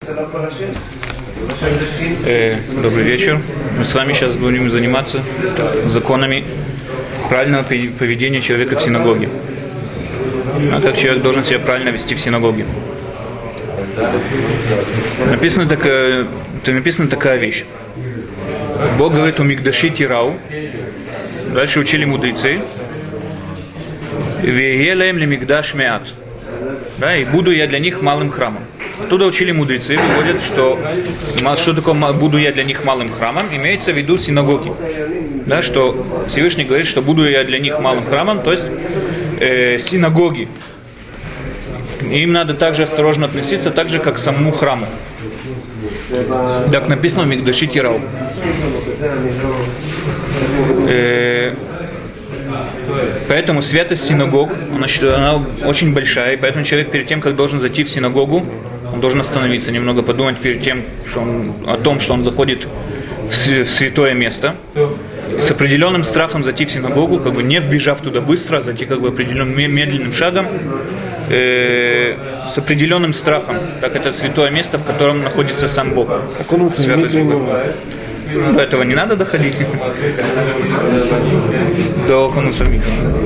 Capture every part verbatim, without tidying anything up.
Э, добрый вечер. Мы с вами сейчас будем заниматься законами правильного поведения человека в синагоге. А как человек должен себя правильно вести в синагоге. Написана такая, написана такая вещь. Бог говорит: у Мигдаши тирау. Дальше учили мудрецы. Веелаем ли Мигдаш меат. Да, и буду я для них малым храмом. Оттуда учили мудрецы, выводят, что что такое буду я для них малым храмом, имеется в виду синагоги. Да, что Всевышний говорит, что буду я для них малым храмом, то есть э, синагоги. Им надо также осторожно относиться, так же, как к самому храму. Так написано в Мигдаши тирау. Э, Поэтому святость синагог, она, она очень большая, и поэтому человек перед тем, как должен зайти в синагогу, он должен остановиться, немного подумать перед тем, что он, о том, что он заходит в святое место, и с определенным страхом зайти в синагогу, как бы не вбежав туда быстро, зайти как бы определенным медленным шагом, э, с определенным страхом, так это святое место, в котором находится сам Бог. Святость Бога. До этого не надо доходить. До конусамика.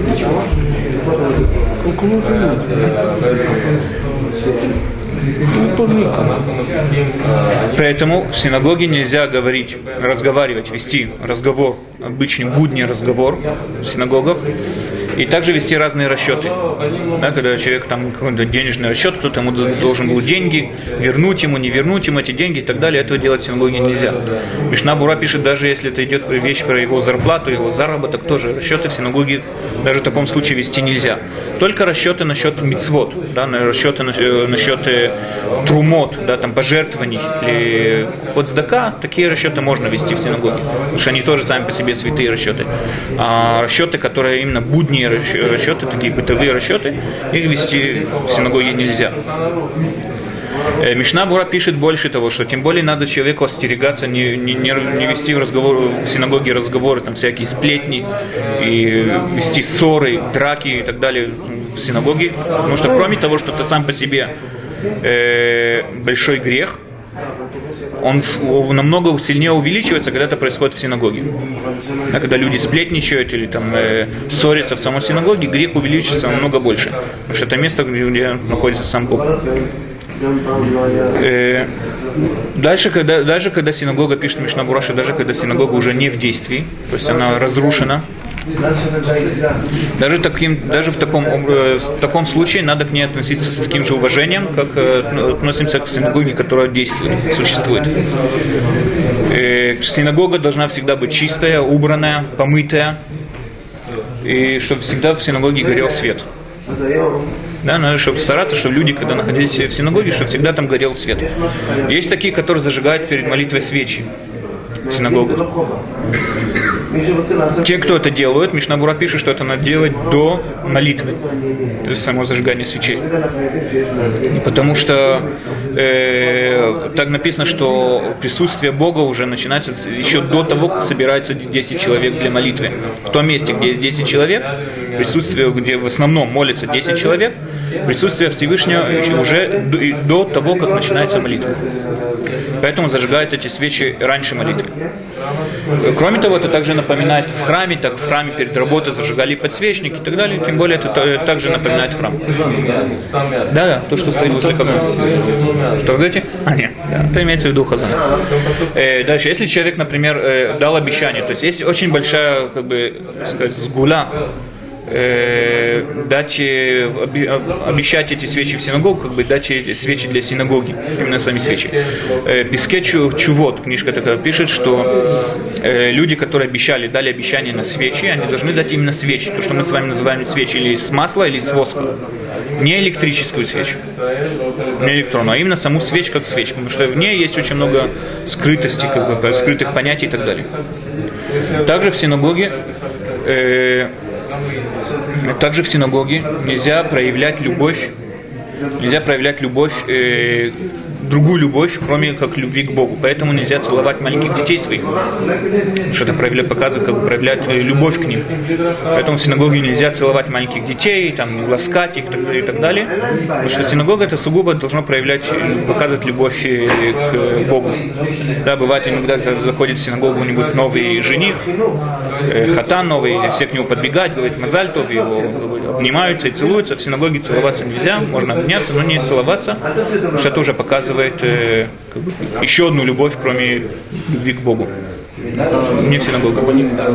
Поэтому в синагоге нельзя говорить, разговаривать, вести разговор, обычный будний разговор в синагогах, и также вести разные расчеты. Да, когда человек там какой-то денежный расчет, кто-то ему должен был деньги, вернуть ему, не вернуть ему эти деньги и так далее, этого делать в синагоге нельзя. Мишна Бура пишет, даже если это идет речь про его зарплату, его заработок, тоже расчеты в синагоге даже в таком случае вести нельзя. Только расчеты насчет мицвот, да, расчеты насчет трумот, да, там, пожертвований или подздака, такие расчеты можно вести в синагоге, потому что они тоже сами по себе святые расчеты. А расчеты, которые именно будние расчеты, такие бытовые расчеты, их вести в синагоге нельзя. Мишна Бура пишет больше того, что тем более надо человеку остерегаться, не, не, не вести в, разговор, в синагоге разговоры, там всякие сплетни, и вести ссоры, драки и так далее в синагоге, потому что кроме того, что это сам по себе э, большой грех, он намного сильнее увеличивается, когда это происходит в синагоге. Да, когда люди сплетничают или там, э, ссорятся в самой синагоге, грех увеличится намного больше, потому что это место, где находится сам Бог. Э, дальше, когда, даже когда синагога, пишет Мишна Бура, даже когда синагога уже не в действии, то есть она разрушена, даже, таким, даже в, таком, в таком случае надо к ней относиться с таким же уважением, как относимся к синагоге, которая действует, существует. Э, синагога должна всегда быть чистая, убранная, помытая, и чтобы всегда в синагоге горел свет. Да, надо, чтобы стараться, чтобы люди, когда находились в синагоге, чтобы всегда там горел свет. Есть такие, которые зажигают перед молитвой свечи в синагогах. Те, кто это делают, Мишна Бура пишет, что это надо делать до молитвы, то есть само зажигание свечей. Потому что э, так написано, что присутствие Бога уже начинается еще до того, как собирается десять человек для молитвы. В том месте, где есть десять человек, присутствие, где в основном молится десять человек, присутствие Всевышнего уже до, до того, как начинается молитва. Поэтому зажигают эти свечи раньше молитвы. Кроме того, это также напоминает в храме, так в храме перед работой зажигали подсвечники и так далее, тем более это также напоминает храм. Да, да, то, что стоит возле хазана. Что вы говорите? А, нет, да, это имеется в виду хазан. Э, дальше, если человек, например, э, дал обещание, то есть есть очень большая, как бы, так сказать, сгула, Э, дать, обещать эти свечи в синагогу, как бы дать эти свечи для синагоги, именно сами свечи. Э, Писке Чувот, книжка такая, пишет, что э, люди, которые обещали, дали обещание на свечи, они должны дать именно свечи, то, что мы с вами называем свечи или с масла, или с воска. Не электрическую свечу, не электронную, а именно саму свечу как свечку, потому что в ней есть очень много скрытости, как бы, скрытых понятий и так далее. Также в синагоге э, Также в синагоге нельзя проявлять любовь, нельзя проявлять любовь э, другую любовь, кроме как любви к Богу. Поэтому нельзя целовать маленьких детей своих. Что это проявляет, показывает, как проявлять любовь к ним. Поэтому в синагоге нельзя целовать маленьких детей, там, ласкать их и так далее. Потому что синагога это сугубо должно проявлять, показывать любовь к Богу. Да, бывает иногда, когда заходит в синагогу какой-нибудь новый жених, хатан новый, все к нему подбегают, говорят мазаль тов, его обнимаются и целуются. В синагоге целоваться нельзя, можно обняться, но не целоваться, потому что это уже показывает э, как бы, еще одну любовь, кроме любви к Богу. Не в синагогах.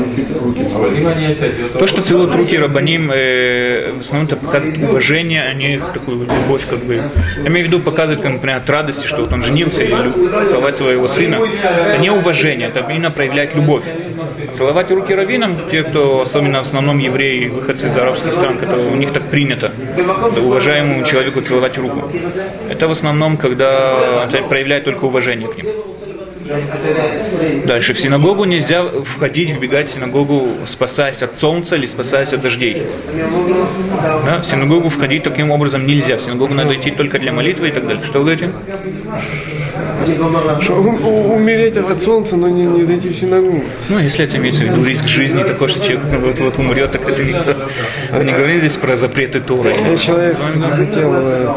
То, что целуют руки рабаним, э, в основном это показывает уважение, а не такую любовь, как бы. Я имею в виду показывать, как, например, от радости, что вот он женился, или целовать своего сына. Это не уважение, это именно проявляет любовь. Целовать руки раввинам, те, кто, особенно в основном евреи, выходцы из арабских стран, которые, у них так принято, уважаемому человеку целовать руку. Это в основном, когда это проявляет только уважение к ним. Дальше. В синагогу нельзя входить, вбегать в синагогу, спасаясь от солнца или спасаясь от дождей. Да? В синагогу входить таким образом нельзя. В синагогу надо идти только для молитвы и так далее. Что вы говорите? Что, умереть от солнца, но не, не зайти в синагогу. Ну, если это имеется в виду риск жизни такой, что человек вот-вот умрет, так это никто. Мы не говорим здесь про запреты Торы. Человек захотел...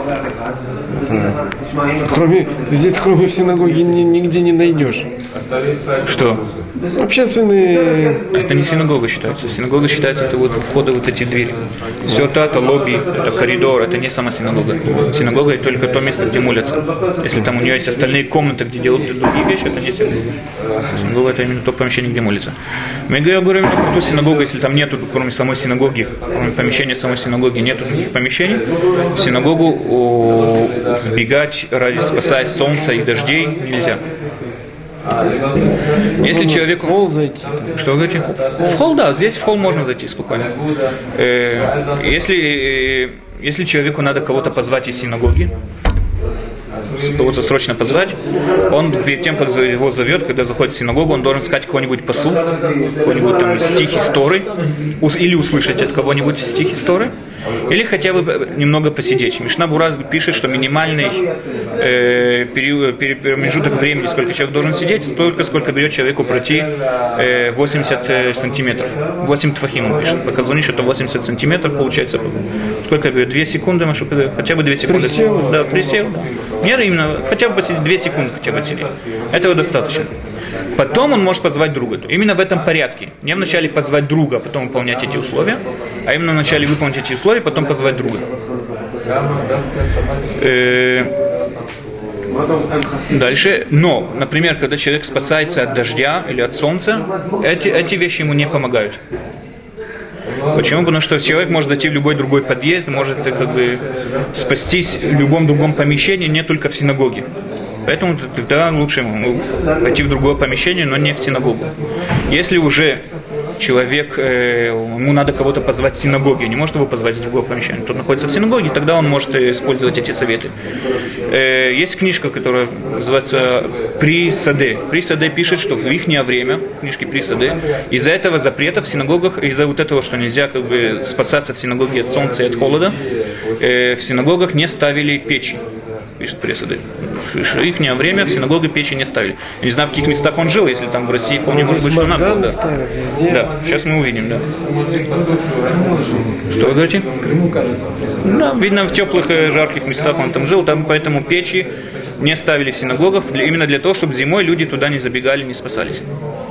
Кроме, здесь, кроме в синагоге, нигде не найдешь. Что? Общественные... Это не синагога считается. Синагога считается, это вот входы вот эти двери. Все это, это лобби, это коридор, это не сама синагога. Синагога это только то место, где молятся. Если там у нее есть остальные комнаты, где делают другие вещи, это не синагога. Синагога это именно то помещение, где молятся. Мы говорим именно про ту синагогу, если там нету, кроме самой синагоги, кроме помещения самой синагоги, нету других помещений, в синагогу о, вбегать, ради спасаясь солнца и дождей, нельзя. Если человеку... В холл зайти. Что вы говорите? В холл, да, здесь в холл можно зайти спокойно. Э, если, э, если человеку надо кого-то позвать из синагоги, кого-то срочно позвать, он перед тем, как его зовет, когда заходит в синагогу, он должен сказать какой-нибудь посул, какой-нибудь там стих из Торы, или услышать от кого-нибудь стих из Торы, или хотя бы немного посидеть. Мишна Бура пишет, что минимальный э, период, промежуток времени, сколько человек должен сидеть, столько, сколько берет человеку пройти э, восемьдесят сантиметров. восемь твахим он пишет. По Казуни, что это восемьдесят сантиметров получается. Сколько берет? две секунды, хотя бы две секунды. Присел. Да, присел. Нет, именно, хотя бы посидеть, две секунды хотя бы сидеть. Этого достаточно. Потом он может позвать друга. Именно в этом порядке. Не вначале позвать друга, а потом выполнять эти условия, а именно вначале выполнить эти условия, потом позвать друга. Дальше. Но, например, когда человек спасается от дождя или от солнца, эти, эти вещи ему не помогают. Почему? Потому что человек может зайти в любой другой подъезд, может как бы спастись в любом другом помещении, не только в синагоге. Поэтому тогда лучше ему пойти в другое помещение, но не в синагогу. Если уже человек, э, ему надо кого-то позвать в синагоге, не может его позвать в другое помещение, тот находится в синагоге, тогда он может использовать эти советы. Э, есть книжка, которая называется «При Саде». При Саде пишет, что в их время, книжки При Саде, из-за этого запрета в синагогах, из-за вот этого, что нельзя как бы спасаться в синагоге от солнца и от холода, э, в синагогах не ставили печи. Пишет Пресады. В их время в синагоге печи не ставили. Я не знаю, в каких местах он жил, если там в России, помню, может быть, что надо. Да. Да, сейчас мы увидим, да. Что вы говорите? В Крыму, кажется. Да, видно, в теплых, жарких местах он там жил, там поэтому печи не ставили в синагогах, именно для того, чтобы зимой люди туда не забегали, не спасались.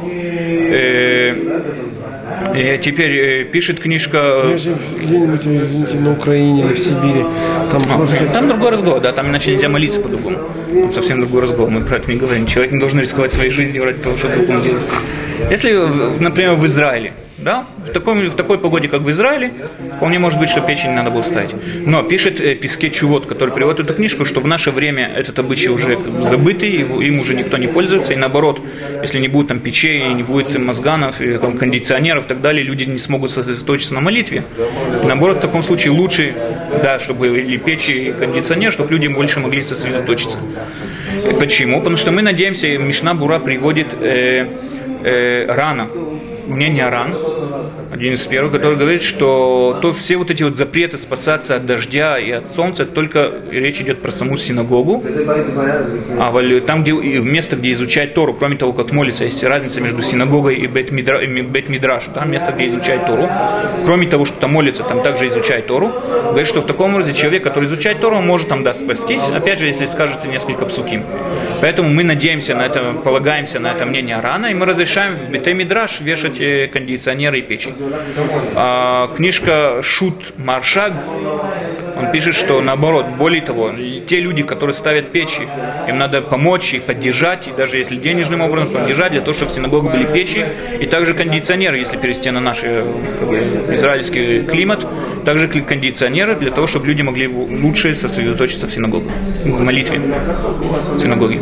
И теперь э, пишет книжка... Я же где-нибудь, извините, на Украине или в Сибири. Там, а, просто... там другой разговор, да, там иначе нельзя молиться по-другому. Там совсем другой разговор, мы про это не говорим. Человек не должен рисковать своей жизнью ради того, чтобы другому делать. Если, например, в Израиле, да, в такой, в такой погоде, как в Израиле, вполне может быть, что печень надо было ставить. Но пишет э, Пискей Чувот, который переводит эту книжку, что в наше время этот обычай уже забытый, его, им уже никто не пользуется, и наоборот, если не будет там печей, не будет мозганов, и, там, кондиционеров и так далее, люди не смогут сосредоточиться на молитве. И, наоборот, в таком случае лучше, да, чтобы или печи, и кондиционер, чтобы люди больше могли сосредоточиться. Почему? Потому что мы надеемся, Мишна Бура приводит э, э, рано. мнение Ран, один из первых, который говорит, что то, все вот эти вот запреты спасаться от дождя и от солнца, только речь идет про саму синагогу, а там, где место, где изучать Тору, кроме того, как молится, есть разница между синагогой и бет-мидраш, там место, где изучать Тору, кроме того, что там молится, там также изучать Тору, говорит, что в таком образе человек, который изучает Тору, он может там, да, спастись, опять же, если скажет несколько псуким. Поэтому мы надеемся на это, полагаемся на это мнение Рана, и мы разрешаем в бет-мидраш вешать кондиционеры и печи. А, книжка Шут Маршаг, он пишет, что наоборот, более того, те люди, которые ставят печи, им надо помочь и поддержать, и даже если денежным образом поддержать, для того, чтобы в синагогах были печи, и также кондиционеры, если перевести на наш израильский климат, также кондиционеры, для того, чтобы люди могли лучше сосредоточиться в синагогах, в молитве в синагоге.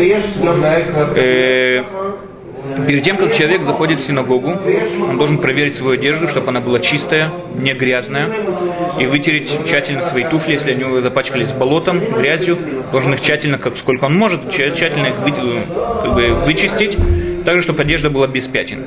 Э, Перед тем, как человек заходит в синагогу, он должен проверить свою одежду, чтобы она была чистая, не грязная, и вытереть тщательно свои туфли, если они его запачкались болотом, грязью, должен их тщательно, как сколько он может, тщательно их вы, как бы, вычистить, также, чтобы одежда была без пятен.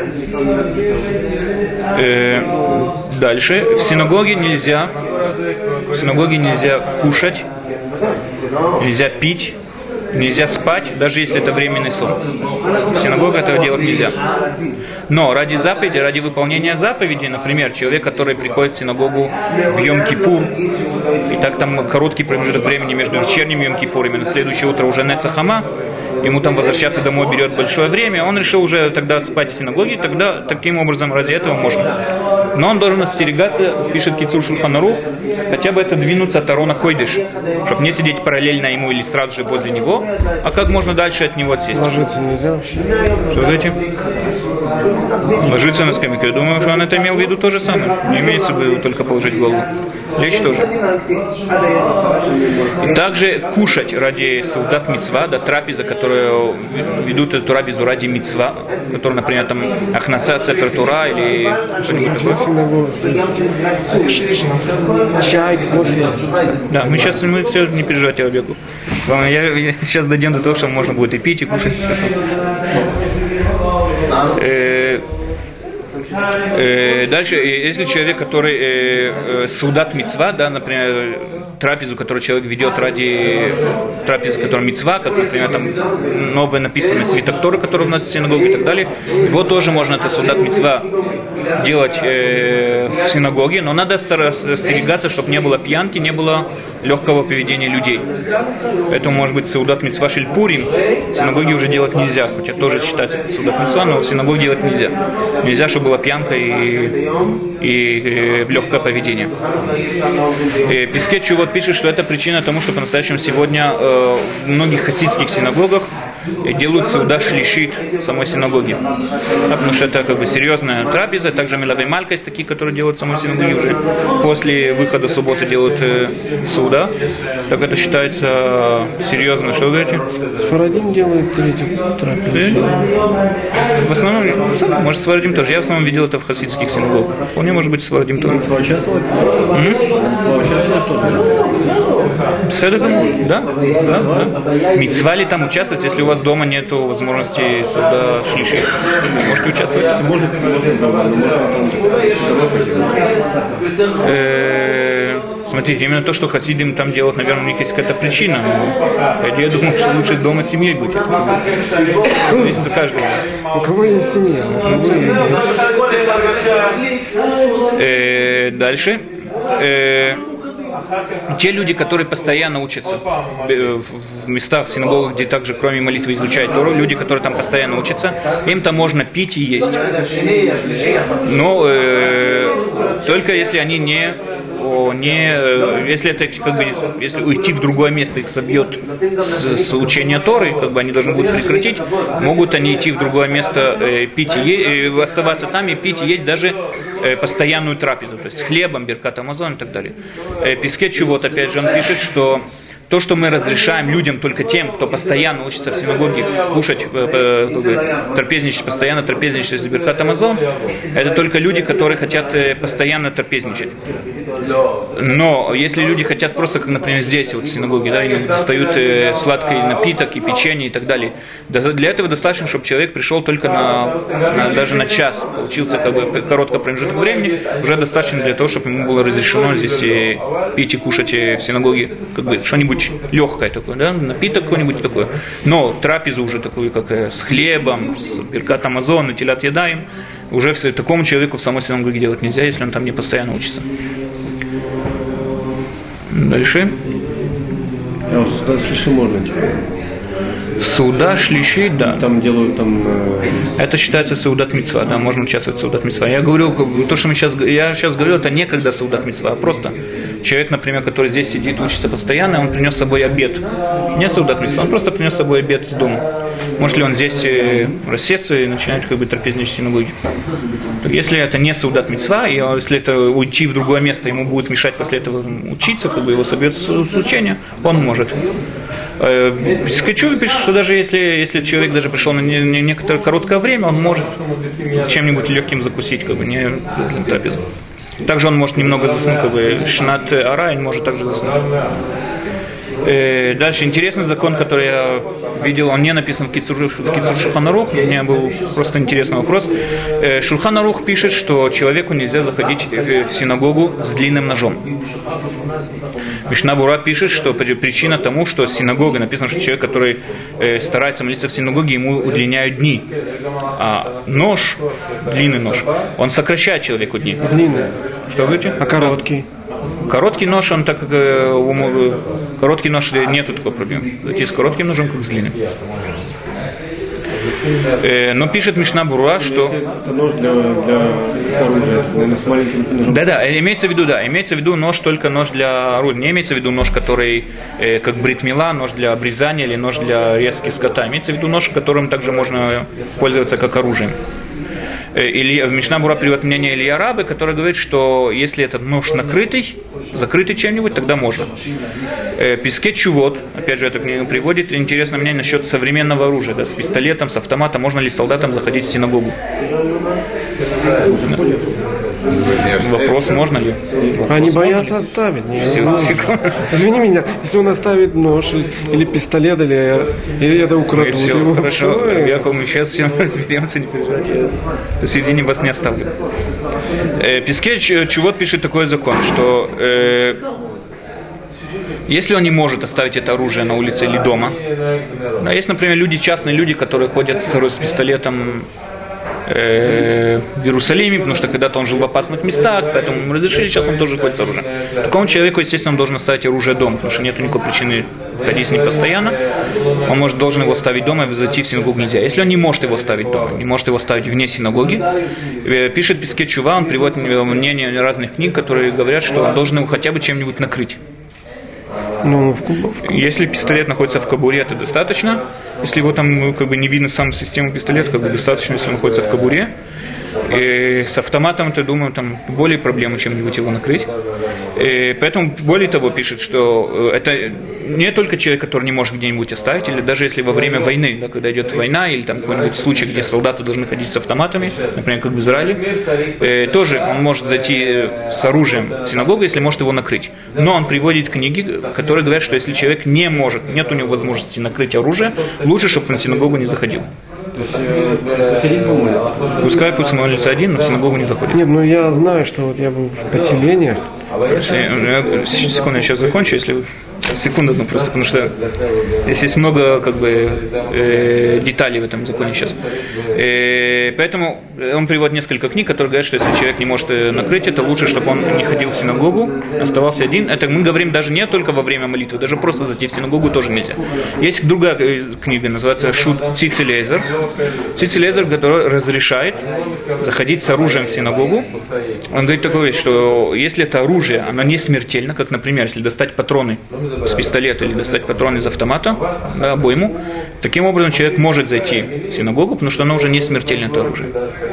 Э, дальше. В синагоге нельзя, в синагоге нельзя кушать, нельзя пить, нельзя спать, даже если это временный сон. В синагоге этого делать нельзя. Но ради заповеди, ради выполнения заповеди, например, человек, который приходит в синагогу в Йом-Кипур, и так там короткий промежуток времени между вечерним Йом-Кипуром и на следующее утро уже Нецахама, ему там возвращаться домой берет большое время, он решил уже тогда спать в синагоге, тогда таким образом ради этого можно. Но он должен остерегаться, пишет Кицур Шулхан Арух, хотя бы это двинуться от Арона Койдыш, чтобы не сидеть параллельно ему или сразу же возле него, а как можно дальше от него отсесть. Ложиться нельзя вообще? Что говорите? Ложиться на скамейку. Я думаю, что он это имел в виду то же самое. Не имеется в виду только положить голову. Лечь тоже. И также кушать ради саудат мицва, да, трапеза, которую ведут эту трапезу ради мицва, которая, например, там Ахнаса, Цефер Тура или что-нибудь такое. Чай, кофе. Да, мы сейчас мы все не переживайте, Олегу. Я, я сейчас дойдем до того, что можно будет и пить, и кушать. Э, э, дальше, если человек, который э, саудат мицва, да, например, трапезу, которую человек ведет ради трапезы, которая мицва, как, например, там новое написанное свиток Торы, который у нас в синагоге и так далее, его тоже можно, это саудат мицва, делать э, в синагоге, но надо остерегаться, чтобы не было пьянки, не было легкого поведения людей. Поэтому, может быть, саудат мицва шель Пурим в синагоге уже делать нельзя, хотя тоже считается саудат мицва, но в синагоге делать нельзя. Нельзя, чтобы была пьянка и, и, и легкое поведение. И Пискет Чувот пишет, что это причина тому, что по-настоящему сегодня э, в многих хасидских синагогах делают сауда шлишит в самой синагоге. Да, потому что это как бы серьезная трапеза. Также милавей малька есть такие, которые делают в самой синагоге уже. После выхода субботы делают э, сауда. Так это считается серьезно. Что вы говорите? Сфарадим делает третью трапезу. В основном, может, Сфарадим тоже. Я в основном видел это в хасидских синагогах. Вполне может быть Сфарадим тоже. Да? Да, да. Мицва ли там участвовать, если у вас дома нет возможности суда шлиши? Можете участвовать? Может, смотрите, именно то, что хасидим там делают, наверное, у них есть какая-то причина. Но я думаю, что лучше дома с семьей быть. Зависит от каждого. У кого есть семья? У кого есть? Дальше. Те люди, которые постоянно учатся в местах, в синагогах, где также кроме молитвы изучают Тору, люди, которые там постоянно учатся, им-то можно пить и есть. Но э, только если они не, о, не если это как бы, если уйти в другое место их собьет с, с учения Торы, как бы они должны будут прекратить, могут они идти в другое место, э, пить и есть, э, оставаться там и пить и есть даже э, постоянную трапезу, то есть с хлебом, беркат Амазон и так далее. Э, Пискет Чувот, опять же, он пишет, что то, что мы разрешаем людям только тем, кто постоянно учится в синагоге кушать, трапезничать, постоянно трапезничать с Беркат Амазон, это только люди, которые хотят постоянно трапезничать. Но если люди хотят просто, как, например, здесь, вот в синагоге, да, им достают сладкий напиток и печенье и так далее, для этого достаточно, чтобы человек пришел только на, на, даже на час, получился как бы короткий промежуток времени, уже достаточно для того, чтобы ему было разрешено здесь и пить и кушать в синагоге, как бы что-нибудь легкое такое, да, напиток какой-нибудь такой. Но трапезу уже такую, как с хлебом, с Беркат Амазон, и Тилат Ядаим, уже такому человеку в самой синагоге делать нельзя, если он там не постоянно учится. Дальше. А вот сюда шлиши можно типа. Сауда шлиши, да. Там делают там. Э... Это считается саудат мицва, да, можно участвовать в саудат мицва. Я говорю, то, что мы сейчас, я сейчас говорю, это не когда саудат мицва, а просто человек, например, который здесь сидит, учится постоянно, он принес с собой обед. Не саудат мицва, он просто принес с собой обед с дома. Может ли он здесь рассеться и начинать как бы трапезничать в синагоге? Если это не саудат мицва, и если это уйти в другое место, ему будет мешать после этого учиться, как бы его собьет с учения, он может. Скачу пишет, что даже если, если человек даже пришел на не, не, некоторое короткое время, он может чем-нибудь легким закусить, как бы не для трапезы. Также он может немного заснуть, как бы шнат арайн может также заснуть. Э, дальше интересный закон, который я видел, он не написан в Кицур Шулхан Арух, у меня был просто интересный вопрос. Э, Шулхан Арух пишет, что человеку нельзя заходить в синагогу с длинным ножом. Мишна Бура пишет, что причина тому, что синагога, написано, что человек, который э, старается молиться в синагоге, ему удлиняют дни. А нож, длинный нож, он сокращает человеку дни. Длинный. Что вы говорите? А короткий? Короткий нож, он так как э, короткий нож, нету такой проблемы. Идти с коротким ножом, как с длинным. Э, но пишет Мишна Бура, что... Это нож для, для оружия, наверное, с маленьким ножом. Да-да, имеется в виду, да, имеется в виду нож, только нож для оружия. Не имеется в виду нож, который э, как брит-мила, нож для обрезания или нож для резки скота. Имеется в виду нож, которым также можно пользоваться как оружием. Или Мишна Бура приводит мнение Илья Рабы, который говорит, что если этот нож накрытый, закрытый чем-нибудь, тогда можно. Писке Чувот, опять же, это книга приводит, интересное мнение насчет современного оружия, да, с пистолетом, с автоматом, можно ли солдатам заходить в синагогу? Вопрос, можно ли? Вопрос, они боятся ли? Оставить. Секунду. Извини меня, если он оставит нож или, или пистолет, или, или это украдут. Все, его хорошо, Яков, мы сейчас всем разберемся, не переживайте. До середины вас не оставлю. Э, Писке Чувот пишет такой закон, что э, если он не может оставить это оружие на улице или дома, да, есть, например, люди, частные люди, которые ходят с, с пистолетом э, в Иерусалиме, потому что когда-то он жил в опасных местах, поэтому ему разрешили, сейчас он тоже ходит с оружием. Такому человеку, естественно, он должен оставить оружие дома, потому что нет никакой причины ходить с ним постоянно. Он может, должен его ставить дома, и зайти в синагогу нельзя. Если он не может его ставить дома, не может его ставить вне синагоги, пишет Писке Чува, он приводит мнение разных книг, которые говорят, что он должен его хотя бы чем-нибудь накрыть. Ну, в куб, в куб. Если пистолет находится в кобуре, это достаточно. Если его там как бы не видно саму систему пистолета, как бы достаточно, если он находится в кобуре. И с автоматом, то думаю, там более проблемы, чем-нибудь его накрыть. И поэтому, более того, пишет, что это не только человек, который не может где-нибудь оставить, или даже если во время войны, да, когда идет война, или там какой-нибудь случай, где солдаты должны ходить с автоматами, например, как в Израиле, э, тоже он может зайти с оружием в синагогу, если может его накрыть. Но он приводит книги, которые говорят, что если человек не может, нет у него возможности накрыть оружие, лучше, чтобы он в синагогу не заходил. Пускай пусть молится один, но в синагогу не заходит. Нет, ну я знаю, что вот я был в поселениях. Секунду, я сейчас закончу, если секунду одну просто, потому что здесь есть много как бы э, деталей в этом законе сейчас. Э, поэтому он приводит несколько книг, которые говорят, что если человек не может накрыть это, лучше, чтобы он не ходил в синагогу, оставался один. Это мы говорим даже не только во время молитвы, даже просто зайти в синагогу тоже нельзя. Есть другая книга, называется Шут Цици Лейзер. Цици Лейзер, который разрешает заходить с оружием в синагогу. Он говорит такую вещь, что если это оружие, оно не смертельно, как, например, если достать патроны с пистолета или достать патроны из автомата, да, обойму, таким образом человек может зайти в синагогу, потому что оно уже не смертельное, это оружие.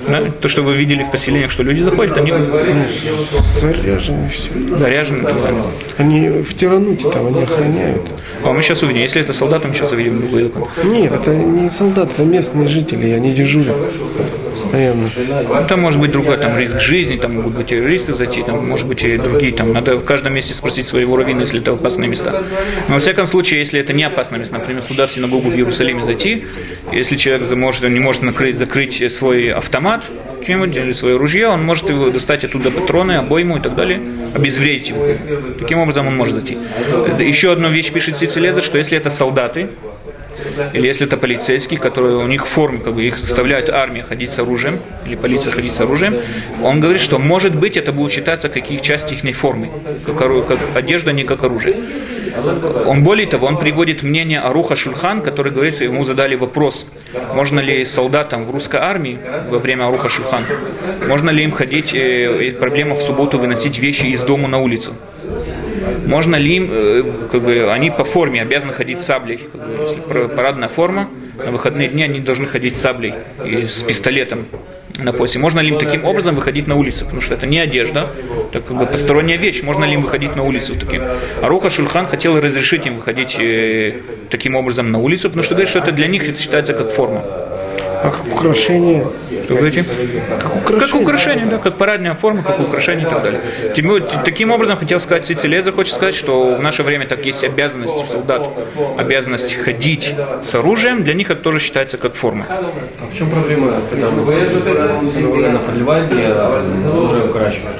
Да? То, что вы видели в поселениях, что люди заходят, они заряжены все. Заряжены, да. Они в Тирануте там, они охраняют. А мы сейчас увидим. Если это солдаты, мы сейчас увидим другой закон. Нет, это не солдаты, это местные жители, они дежурят постоянно. Там может быть другой там, риск жизни, там могут быть террористы зайти, там может быть и другие. Там, надо в каждом месте спросить своего раввина, если это опасные места. Но во всяком случае, если это не опасные места, например, сюда в синагогу в Иерусалиме зайти, если человек может, он не может накрыть, закрыть свой автомат чем-нибудь или свое ружье, он может его достать оттуда патроны, обойму и так далее, обезвредить его. Таким образом он может зайти. Еще одну вещь пишет Цицелезер, что если это солдаты, или если это полицейские, которые у них в форме, как бы их заставляют армия ходить с оружием, или полиция ходить с оружием, он говорит, что может быть это будет считаться как их часть их формы, как, как одежда, не как оружие. Он более того, он приводит мнение Аруха Шульхан, который говорит, ему задали вопрос, можно ли солдатам в русской армии во время Аруха Шульхан, можно ли им ходить, э, проблема в субботу выносить вещи из дома на улицу. Можно ли им, как бы, они по форме обязаны ходить с саблей, как бы, если парадная форма, на выходные дни они должны ходить с саблей и с пистолетом на поясе. Можно ли им таким образом выходить на улицу? Потому что это не одежда, это как бы посторонняя вещь. Можно ли им выходить на улицу таким? Аруха Шульхан хотел разрешить им выходить э, таким образом на улицу, потому что говорит, что это для них это считается как форма. А как украшение? Что говорите? Как украшение. Как украшение, да, как парадная форма, как украшение и так далее. Таким образом, хотел сказать, Цицелезер хочет сказать, что в наше время так есть обязанность у солдат, обязанность ходить с оружием, для них это тоже считается как форма. А в чем проблема, когда мы на подливании оружие укорачивают?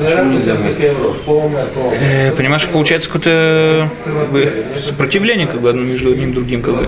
Э, понимаешь, получается какое-то как бы, сопротивление как бы, между одним и другим. Как бы.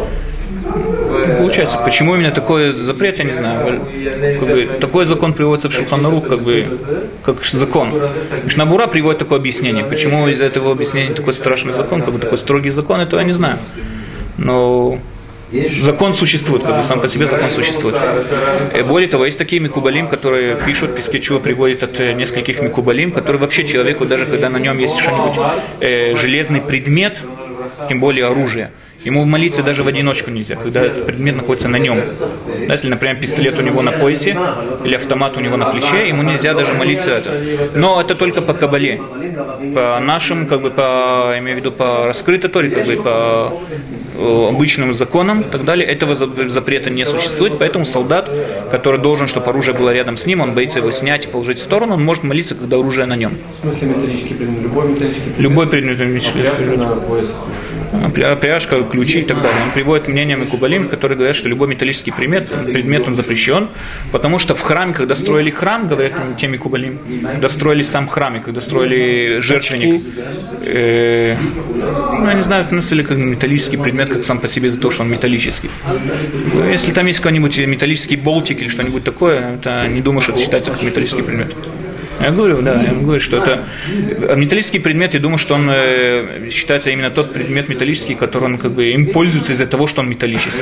Получается, почему именно такой запрет, я не знаю. Как бы, такой закон приводится в Шулхан Арух, как бы, как закон. Мишна Бура приводит такое объяснение. Почему из-за этого объяснения такой страшный закон, как бы такой строгий закон, этого я не знаю. Но закон существует, как бы сам по себе закон существует. Более того, есть такие микубалим, которые пишут, Пискечува приводит от нескольких микубалим, которые вообще человеку, даже когда на нем есть что-нибудь э, железный предмет, тем более оружие, ему молиться даже в одиночку нельзя, когда этот предмет находится на нем. Да, если, например, пистолет у него на поясе или автомат у него на плече, ему нельзя даже молиться это. Но это только по кабале. По нашим, как бы по, имею в виду, по раскрытой торе, как бы по обычным законам и так далее, этого запрета не существует, поэтому солдат, который должен, чтобы оружие было рядом с ним, он боится его снять и положить в сторону, он может молиться, когда оружие на нем. В смысле металлический предмет? Любой металлический предмет? Любой предмет металлический предмет. Пряжка, ключи и так далее. Он приводит мнение Микубалим, которые говорят, что любой металлический предмет, предмет он запрещен, потому что в храме, когда строили храм, говорят те Микубалим, когда строили сам храм, и когда строили жертвенник, э, ну, я не знаю, относили как металлический предмет, как сам по себе за то, что он металлический. Но если там есть какой-нибудь металлический болтик или что-нибудь такое, это не думаю, что это считается как металлический предмет. Я говорю, да, я говорю, что это металлический предмет, я думаю, что он э, считается именно тот предмет металлический, который он как бы им пользуется из-за того, что он металлический.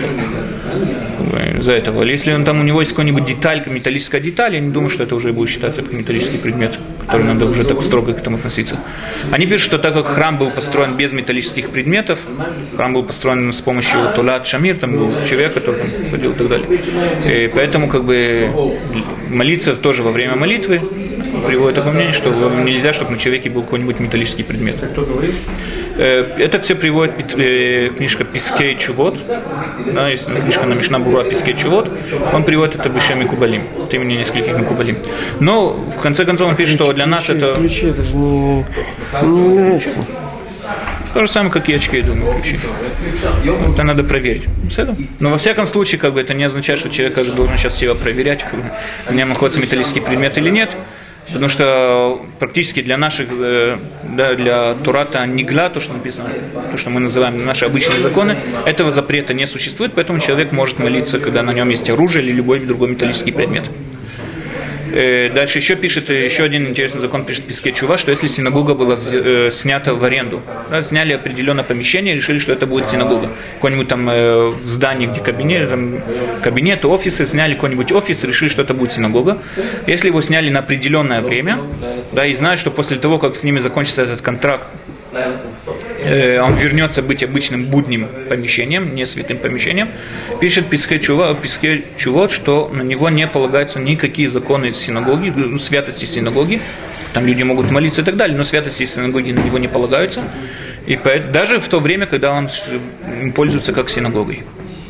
Из-за этого. Если он там у него есть какая-нибудь деталь, металлическая деталь, я не думаю, что это уже будет считаться как металлический предмет, который надо уже так строго к этому относиться. Они пишут, что так как храм был построен без металлических предметов, храм был построен с помощью Тулат Шамир, там был человек, который там ходил и так далее. И поэтому как бы молиться тоже во время молитвы приводит такое мнение, что нельзя, чтобы на человеке был какой-нибудь металлический предмет. Кто говорит? Это все приводит книжка Пискей Чувот, да, есть книжка на Мишна Бура Пискей Чувот, он приводит это Бешем Микубалим, от имени нескольких Микубалим. Но в конце концов он пишет, что для нас это... Ключи, это же не, не является. То же самое, как и очки, я думаю, ключи. Это надо проверить. Но во всяком случае, как бы, это не означает, что человек должен сейчас себя проверять, в нем находится металлический предмет или нет. Потому что практически для наших, да, для Турата Нигла, то, что написано, то, что мы называем наши обычные законы, этого запрета не существует, поэтому человек может молиться, когда на нем есть оружие или любой другой металлический предмет. Дальше еще пишет, еще один интересный закон пишет Пискей Чува, что если синагога была э, снята в аренду, да, сняли определенное помещение, решили, что это будет синагога. Какое-нибудь там э, здание, где кабинет, там, кабинеты, офисы, сняли какой-нибудь офис, решили, что это будет синагога. Если его сняли на определенное время, да, и знают, что после того, как с ними закончится этот контракт, он вернется быть обычным будним помещением, не святым помещением, пишет Писхей Чувот, что на него не полагаются никакие законы синагоги, святости синагоги, там люди могут молиться и так далее, но святости синагоги на него не полагаются, и даже в то время, когда он пользуется как синагогой.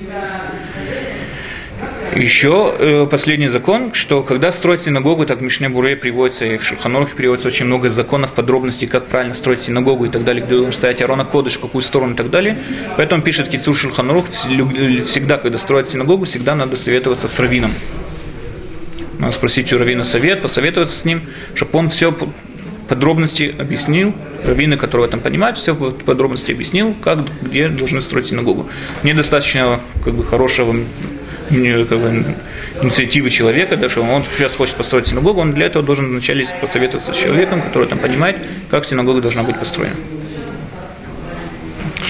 Еще э, последний закон, что когда строить синагогу, так в Мишне Буре приводится, и в Шулхан Арухе приводится очень много законов, подробностей, как правильно строить синагогу и так далее, где должен стоять Арон ха-Кодеш, в какую сторону и так далее. Поэтому пишет Кицур Шулхан Арух, всегда, когда строят синагогу, всегда надо советоваться с раввином. Надо спросить у раввина совет, посоветоваться с ним, чтобы он все подробности объяснил, раввины, которые в этом понимают, все подробности объяснил, как, где должны строить синагогу. Недостаточно как бы хорошего как бы, инициативы человека, даже он сейчас хочет построить синагогу, он для этого должен вначале посоветоваться с человеком, который там понимает, как синагога должна быть построена.